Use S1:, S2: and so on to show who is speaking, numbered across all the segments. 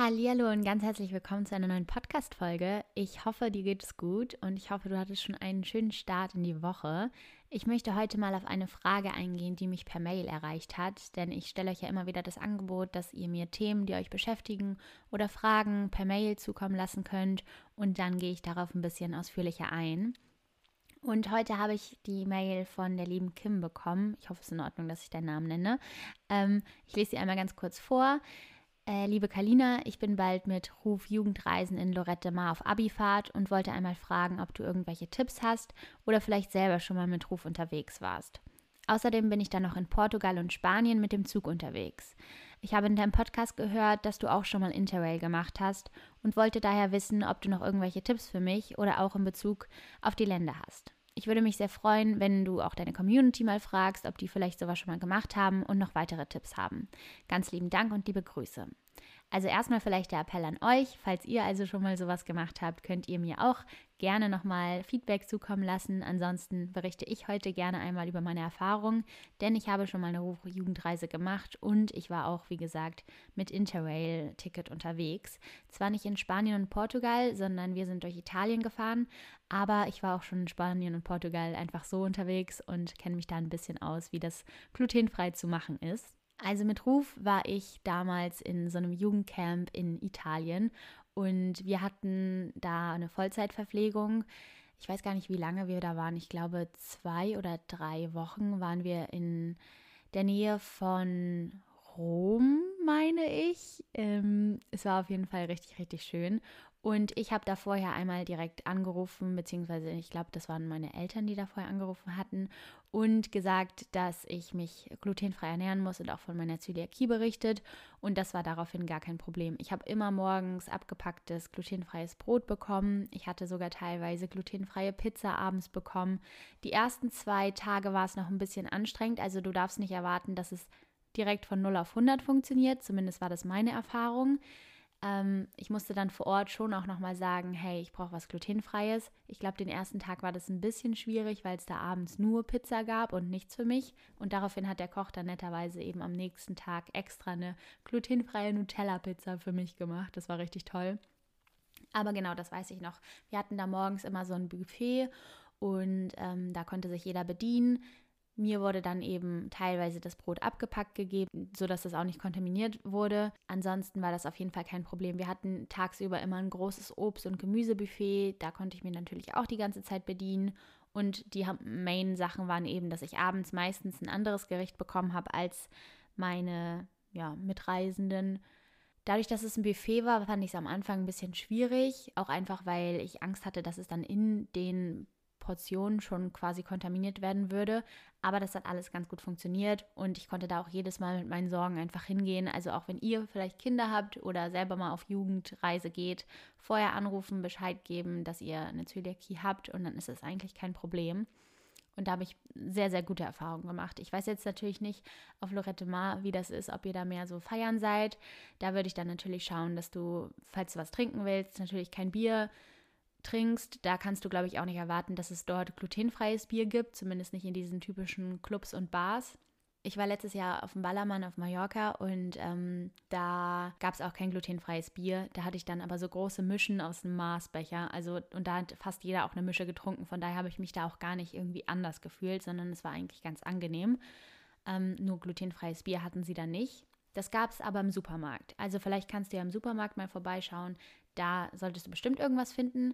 S1: Hallihallo und ganz herzlich willkommen zu einer neuen Podcast-Folge. Ich hoffe, dir geht es gut und ich hoffe, du hattest schon einen schönen Start in die Woche. Ich möchte heute mal auf eine Frage eingehen, die mich per Mail erreicht hat, denn ich stelle euch ja immer wieder das Angebot, dass ihr mir Themen, die euch beschäftigen oder Fragen per Mail zukommen lassen könnt und dann gehe ich darauf ein bisschen ausführlicher ein. Und heute habe ich die Mail von der lieben Kim bekommen. Ich hoffe, es ist in Ordnung, dass ich deinen Namen nenne. Ich lese sie einmal ganz kurz vor. Liebe Kalina, ich bin bald mit Ruf Jugendreisen in Lorette Mar auf Abifahrt und wollte einmal fragen, ob du irgendwelche Tipps hast oder vielleicht selber schon mal mit Ruf unterwegs warst. Außerdem bin ich dann noch in Portugal und Spanien mit dem Zug unterwegs. Ich habe in deinem Podcast gehört, dass du auch schon mal Interrail gemacht hast und wollte daher wissen, ob du noch irgendwelche Tipps für mich oder auch in Bezug auf die Länder hast. Ich würde mich sehr freuen, wenn du auch deine Community mal fragst, ob die vielleicht sowas schon mal gemacht haben und noch weitere Tipps haben. Ganz lieben Dank und liebe Grüße. Also erstmal vielleicht der Appell an euch, falls ihr also schon mal sowas gemacht habt, könnt ihr mir auch gerne nochmal Feedback zukommen lassen. Ansonsten berichte ich heute gerne einmal über meine Erfahrung, denn ich habe schon mal eine Jugendreise gemacht und ich war auch, wie gesagt, mit Interrail-Ticket unterwegs. Zwar nicht in Spanien und Portugal, sondern wir sind durch Italien gefahren, aber ich war auch schon in Spanien und Portugal einfach so unterwegs und kenne mich da ein bisschen aus, wie das glutenfrei zu machen ist. Also mit Ruf war ich damals in so einem Jugendcamp in Italien und wir hatten da eine Vollzeitverpflegung. Ich weiß gar nicht, wie lange wir da waren. Ich glaube, 2 oder 3 Wochen waren wir in der Nähe von Rom, meine ich. Es war auf jeden Fall richtig, richtig schön. Und ich habe da vorher einmal direkt angerufen, beziehungsweise ich glaube, das waren meine Eltern, die da vorher angerufen hatten und gesagt, dass ich mich glutenfrei ernähren muss und auch von meiner Zöliakie berichtet. Und das war daraufhin gar kein Problem. Ich habe immer morgens abgepacktes glutenfreies Brot bekommen. Ich hatte sogar teilweise glutenfreie Pizza abends bekommen. Die ersten 2 Tage war es noch ein bisschen anstrengend. Also du darfst nicht erwarten, dass es direkt von 0 auf 100 funktioniert. Zumindest war das meine Erfahrung. Ich musste dann vor Ort schon auch nochmal sagen, hey, ich brauche was Glutenfreies. Ich glaube, den ersten Tag war das ein bisschen schwierig, weil es da abends nur Pizza gab und nichts für mich. Und daraufhin hat der Koch dann netterweise eben am nächsten Tag extra eine glutenfreie Nutella-Pizza für mich gemacht. Das war richtig toll. Aber genau, das weiß ich noch. Wir hatten da morgens immer so ein Buffet und da konnte sich jeder bedienen. Mir wurde dann eben teilweise das Brot abgepackt gegeben, sodass das auch nicht kontaminiert wurde. Ansonsten war das auf jeden Fall kein Problem. Wir hatten tagsüber immer ein großes Obst- und Gemüsebuffet. Da konnte ich mir natürlich auch die ganze Zeit bedienen. Und die Main-Sachen waren eben, dass ich abends meistens ein anderes Gericht bekommen habe als meine Mitreisenden. Dadurch, dass es ein Buffet war, fand ich es am Anfang ein bisschen schwierig. Auch einfach, weil ich Angst hatte, dass es dann in den Portionen schon quasi kontaminiert werden würde. Aber das hat alles ganz gut funktioniert und ich konnte da auch jedes Mal mit meinen Sorgen einfach hingehen. Also auch wenn ihr vielleicht Kinder habt oder selber mal auf Jugendreise geht, vorher anrufen, Bescheid geben, dass ihr eine Zöliakie habt und dann ist es eigentlich kein Problem. Und da habe ich sehr, sehr gute Erfahrungen gemacht. Ich weiß jetzt natürlich nicht auf Lorette Mar, wie das ist, ob ihr da mehr so feiern seid. Da würde ich dann natürlich schauen, dass du, falls du was trinken willst, natürlich kein Bier trinkst, da kannst du, glaube ich, auch nicht erwarten, dass es dort glutenfreies Bier gibt, zumindest nicht in diesen typischen Clubs und Bars. Ich war letztes Jahr auf dem Ballermann auf Mallorca und da gab es auch kein glutenfreies Bier. Da hatte ich dann aber so große Mischen aus einem Maßbecher. Also, und da hat fast jeder auch eine Mische getrunken. Von daher habe ich mich da auch gar nicht irgendwie anders gefühlt, sondern es war eigentlich ganz angenehm. Nur glutenfreies Bier hatten sie da nicht. Das gab es aber im Supermarkt. Also vielleicht kannst du ja im Supermarkt mal vorbeischauen. Da solltest du bestimmt irgendwas finden.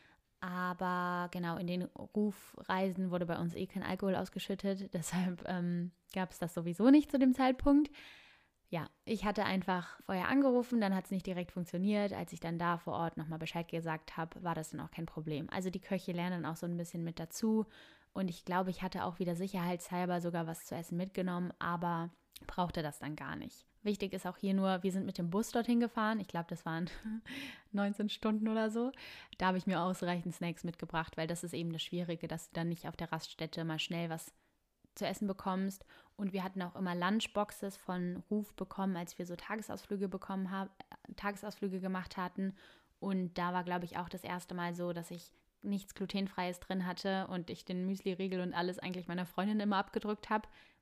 S1: Aber genau, in den Rufreisen wurde bei uns eh kein Alkohol ausgeschüttet. Deshalb gab es das sowieso nicht zu dem Zeitpunkt. Ja, ich hatte einfach vorher angerufen, dann hat es nicht direkt funktioniert. Als ich dann da vor Ort nochmal Bescheid gesagt habe, war das dann auch kein Problem. Also die Köche lernen auch so ein bisschen mit dazu. Und ich glaube, ich hatte auch wieder sicherheitshalber sogar was zu essen mitgenommen, aber brauchte das dann gar nicht. Wichtig ist auch hier nur, wir sind mit dem Bus dorthin gefahren. Ich glaube, das waren 19 Stunden oder so. Da habe ich mir ausreichend Snacks mitgebracht, weil das ist eben das Schwierige, dass du dann nicht auf der Raststätte mal schnell was zu essen bekommst. Und wir hatten auch immer Lunchboxes von Ruf bekommen, als wir so Tagesausflüge gemacht hatten. Und da war, glaube ich, auch das erste Mal so, dass ich nichts Glutenfreies drin hatte und ich den Müsli-Riegel und alles eigentlich meiner Freundin immer abgedrückt habe.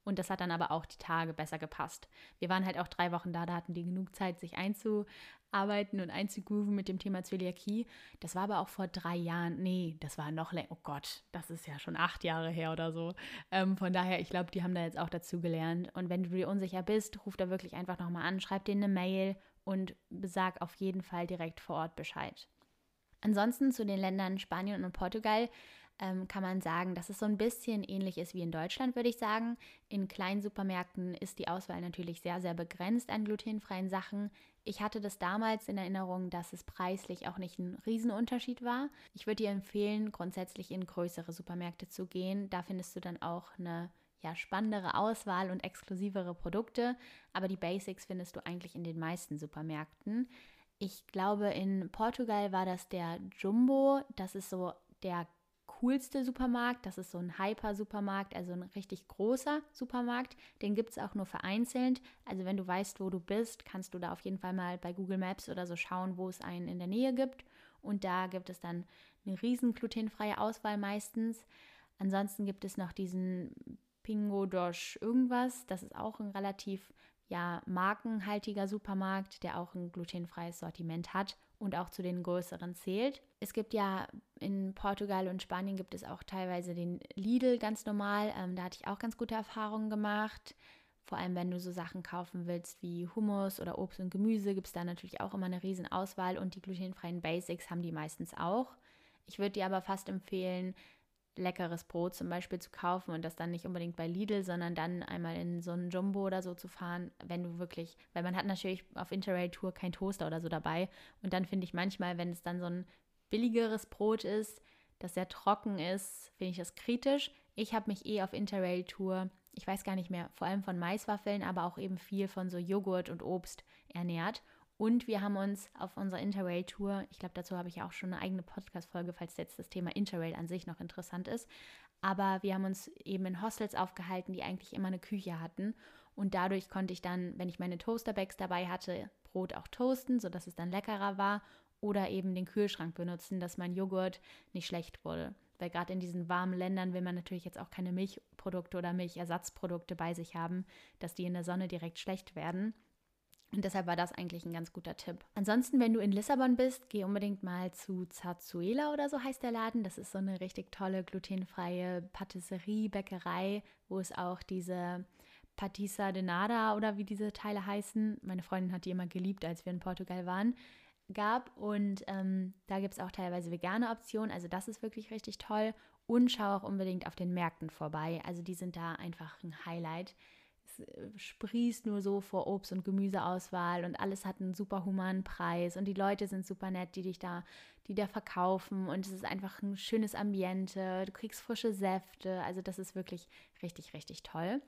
S1: Und das hat dann aber auch die Tage besser gepasst. Wir waren halt auch 3 Wochen da hatten die genug Zeit, sich einzuarbeiten und einzugrooven mit dem Thema Zöliakie. Das war aber auch vor 3 Jahren. Nee, das war noch länger. Oh Gott, das ist ja schon 8 Jahre her oder so. Von daher, ich glaube, die haben da jetzt auch dazu gelernt. Und wenn du dir unsicher bist, ruf da wirklich einfach nochmal an, schreib denen eine Mail und sag auf jeden Fall direkt vor Ort Bescheid. Ansonsten zu den Ländern Spanien und Portugal kann man sagen, dass es so ein bisschen ähnlich ist wie in Deutschland, würde ich sagen. In kleinen Supermärkten ist die Auswahl natürlich sehr, sehr begrenzt an glutenfreien Sachen. Ich hatte das damals in Erinnerung, dass es preislich auch nicht ein Riesenunterschied war. Ich würde dir empfehlen, grundsätzlich in größere Supermärkte zu gehen. Da findest du dann auch eine spannendere Auswahl und exklusivere Produkte. Aber die Basics findest du eigentlich in den meisten Supermärkten. Ich glaube, in Portugal war das der Jumbo. Das ist so der coolste Supermarkt. Das ist so ein Hyper-Supermarkt, also ein richtig großer Supermarkt. Den gibt es auch nur vereinzelt. Also wenn du weißt, wo du bist, kannst du da auf jeden Fall mal bei Google Maps oder so schauen, wo es einen in der Nähe gibt. Und da gibt es dann eine riesen glutenfreie Auswahl meistens. Ansonsten gibt es noch diesen Pingo Doce irgendwas. Das ist auch ein relativ markenhaltiger Supermarkt, der auch ein glutenfreies Sortiment hat und auch zu den größeren zählt. Es gibt ja in Portugal und Spanien gibt es auch teilweise den Lidl ganz normal. Da hatte ich auch ganz gute Erfahrungen gemacht. Vor allem, wenn du so Sachen kaufen willst wie Hummus oder Obst und Gemüse, gibt es da natürlich auch immer eine riesen Auswahl und die glutenfreien Basics haben die meistens auch. Ich würde dir aber fast empfehlen, leckeres Brot zum Beispiel zu kaufen und das dann nicht unbedingt bei Lidl, sondern dann einmal in so einen Jumbo oder so zu fahren, wenn du wirklich, weil man hat natürlich auf Interrail-Tour kein Toaster oder so dabei und dann finde ich manchmal, wenn es dann so ein billigeres Brot ist, das sehr trocken ist, finde ich das kritisch. Ich habe mich auf Interrail-Tour, ich weiß gar nicht mehr, vor allem von Maiswaffeln, aber auch eben viel von so Joghurt und Obst ernährt. Und wir haben uns auf unserer Interrail-Tour, ich glaube, dazu habe ich auch schon eine eigene Podcast-Folge, falls jetzt das Thema Interrail an sich noch interessant ist, aber wir haben uns eben in Hostels aufgehalten, die eigentlich immer eine Küche hatten. Und dadurch konnte ich dann, wenn ich meine Toasterbags dabei hatte, Brot auch toasten, sodass es dann leckerer war. Oder eben den Kühlschrank benutzen, dass mein Joghurt nicht schlecht wurde. Weil gerade in diesen warmen Ländern will man natürlich jetzt auch keine Milchprodukte oder Milchersatzprodukte bei sich haben, dass die in der Sonne direkt schlecht werden. Und deshalb war das eigentlich ein ganz guter Tipp. Ansonsten, wenn du in Lissabon bist, geh unbedingt mal zu Zarzuela oder so heißt der Laden. Das ist so eine richtig tolle glutenfreie Patisserie, Bäckerei, wo es auch diese Patissa de Nada oder wie diese Teile heißen. Meine Freundin hat die immer geliebt, als wir in Portugal waren, gab. Und da gibt es auch teilweise vegane Optionen. Also das ist wirklich richtig toll. Und schau auch unbedingt auf den Märkten vorbei. Also die sind da einfach ein Highlight. Es sprießt nur so vor Obst- und Gemüseauswahl und alles hat einen super humanen Preis und die Leute sind super nett, die da verkaufen und es ist einfach ein schönes Ambiente, du kriegst frische Säfte, also das ist wirklich richtig, richtig toll.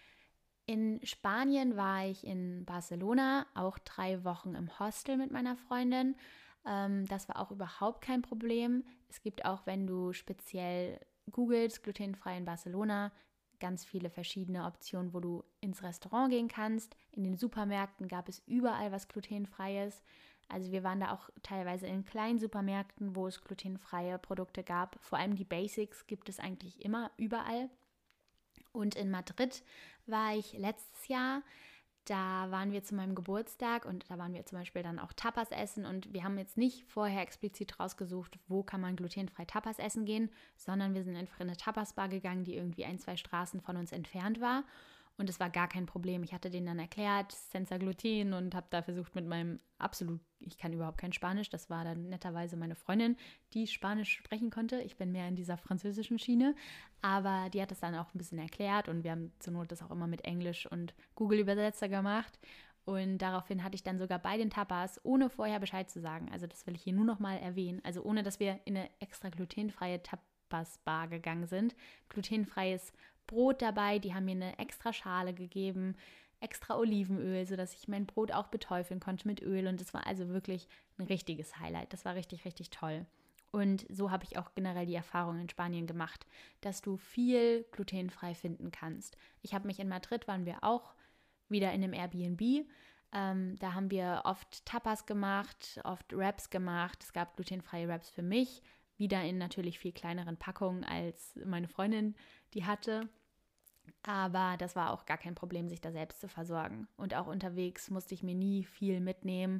S1: In Spanien war ich in Barcelona, auch 3 Wochen im Hostel mit meiner Freundin. Das war auch überhaupt kein Problem. Es gibt auch, wenn du speziell googelst, glutenfrei in Barcelona, ganz viele verschiedene Optionen, wo du ins Restaurant gehen kannst. In den Supermärkten gab es überall was glutenfreies. Also wir waren da auch teilweise in kleinen Supermärkten, wo es glutenfreie Produkte gab. Vor allem die Basics gibt es eigentlich immer überall. Und in Madrid war ich letztes Jahr. Da waren wir zu meinem Geburtstag und da waren wir zum Beispiel dann auch Tapas essen und wir haben jetzt nicht vorher explizit rausgesucht, wo kann man glutenfrei Tapas essen gehen, sondern wir sind einfach in eine Tapasbar gegangen, die irgendwie 1, 2 Straßen von uns entfernt war und es war gar kein Problem. Ich hatte denen dann erklärt, Senza Gluten und habe da versucht mit meinem ich kann überhaupt kein Spanisch, das war dann netterweise meine Freundin, die Spanisch sprechen konnte. Ich bin mehr in dieser französischen Schiene, aber die hat es dann auch ein bisschen erklärt und wir haben zur Not das auch immer mit Englisch und Google-Übersetzer gemacht. Und daraufhin hatte ich dann sogar bei den Tapas, ohne vorher Bescheid zu sagen, also das will ich hier nur noch mal erwähnen, also ohne, dass wir in eine extra glutenfreie Tapas-Bar gegangen sind, glutenfreies Brot dabei, die haben mir eine extra Schale gegeben, extra Olivenöl, sodass ich mein Brot auch beteufeln konnte mit Öl und das war also wirklich ein richtiges Highlight. Das war richtig, richtig toll. Und so habe ich auch generell die Erfahrung in Spanien gemacht, dass du viel glutenfrei finden kannst. Ich habe mich in Madrid, waren wir auch wieder in einem Airbnb. Da haben wir oft Tapas gemacht, oft Wraps gemacht. Es gab glutenfreie Wraps für mich, wieder in natürlich viel kleineren Packungen als meine Freundin die hatte. Aber das war auch gar kein Problem, sich da selbst zu versorgen. Und auch unterwegs musste ich mir nie viel mitnehmen,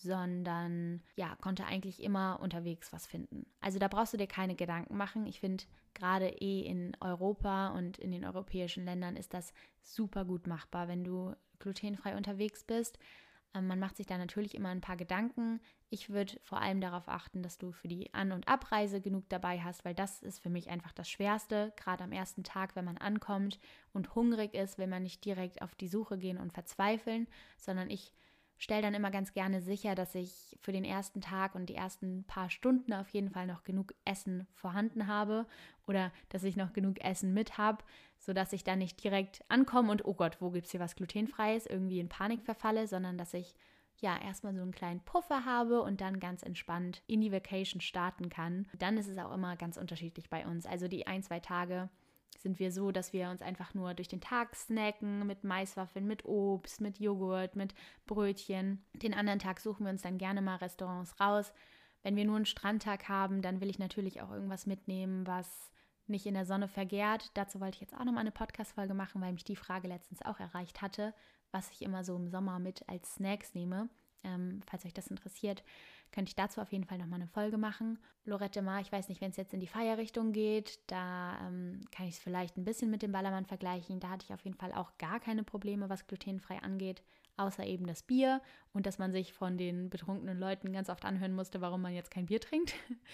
S1: sondern ja, konnte eigentlich immer unterwegs was finden. Also da brauchst du dir keine Gedanken machen. Ich finde, gerade in Europa und in den europäischen Ländern ist das super gut machbar, wenn du glutenfrei unterwegs bist. Man macht sich da natürlich immer ein paar Gedanken. Ich würde vor allem darauf achten, dass du für die An- und Abreise genug dabei hast, weil das ist für mich einfach das Schwerste. Gerade am ersten Tag, wenn man ankommt und hungrig ist, will man nicht direkt auf die Suche gehen und verzweifeln, sondern ich stelle dann immer ganz gerne sicher, dass ich für den ersten Tag und die ersten paar Stunden auf jeden Fall noch genug Essen vorhanden habe oder dass ich noch genug Essen mit habe, sodass ich dann nicht direkt ankomme und oh Gott, wo gibt es hier was Glutenfreies, irgendwie in Panik verfalle, sondern dass ich ja erstmal so einen kleinen Puffer habe und dann ganz entspannt in die Vacation starten kann. Dann ist es auch immer ganz unterschiedlich bei uns. Also die 1, 2 Tage sind wir so, dass wir uns einfach nur durch den Tag snacken mit Maiswaffeln, mit Obst, mit Joghurt, mit Brötchen. Den anderen Tag suchen wir uns dann gerne mal Restaurants raus. Wenn wir nur einen Strandtag haben, dann will ich natürlich auch irgendwas mitnehmen, was nicht in der Sonne vergärt. Dazu wollte ich jetzt auch nochmal eine Podcast-Folge machen, weil mich die Frage letztens auch erreicht hatte, was ich immer so im Sommer mit als Snacks nehme. Falls euch das interessiert, könnte ich dazu auf jeden Fall nochmal eine Folge machen. Lorette Mar, ich weiß nicht, wenn es jetzt in die Feierrichtung geht, da kann ich es vielleicht ein bisschen mit dem Ballermann vergleichen. Da hatte ich auf jeden Fall auch gar keine Probleme, was glutenfrei angeht, außer eben das Bier und dass man sich von den betrunkenen Leuten ganz oft anhören musste, warum man jetzt kein Bier trinkt.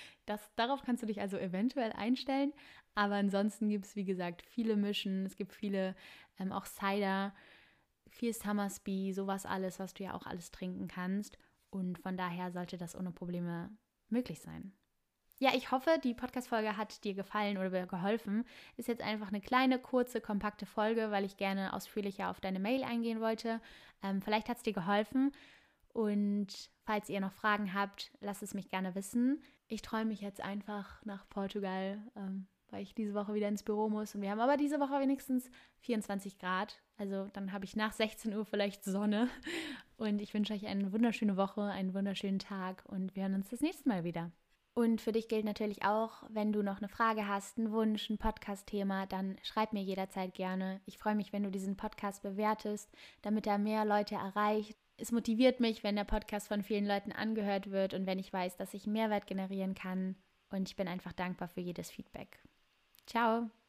S1: Darauf kannst du dich also eventuell einstellen. Aber ansonsten gibt es, wie gesagt, viele Mischen. Es gibt viele, auch Cider, viel Summersby, sowas alles, was du ja auch alles trinken kannst. Und von daher sollte das ohne Probleme möglich sein. Ja, ich hoffe, die Podcast-Folge hat dir gefallen oder geholfen. Ist jetzt einfach eine kleine, kurze, kompakte Folge, weil ich gerne ausführlicher auf deine Mail eingehen wollte. Vielleicht hat es dir geholfen. Und falls ihr noch Fragen habt, lasst es mich gerne wissen. Ich träume mich jetzt einfach nach Portugal, weil ich diese Woche wieder ins Büro muss. Und wir haben aber diese Woche wenigstens 24 Grad. Also dann habe ich nach 16 Uhr vielleicht Sonne. Und ich wünsche euch eine wunderschöne Woche, einen wunderschönen Tag und wir hören uns das nächste Mal wieder. Und für dich gilt natürlich auch, wenn du noch eine Frage hast, einen Wunsch, ein Podcast-Thema, dann schreib mir jederzeit gerne. Ich freue mich, wenn du diesen Podcast bewertest, damit er mehr Leute erreicht. Es motiviert mich, wenn der Podcast von vielen Leuten angehört wird und wenn ich weiß, dass ich Mehrwert generieren kann. Und ich bin einfach dankbar für jedes Feedback. Ciao!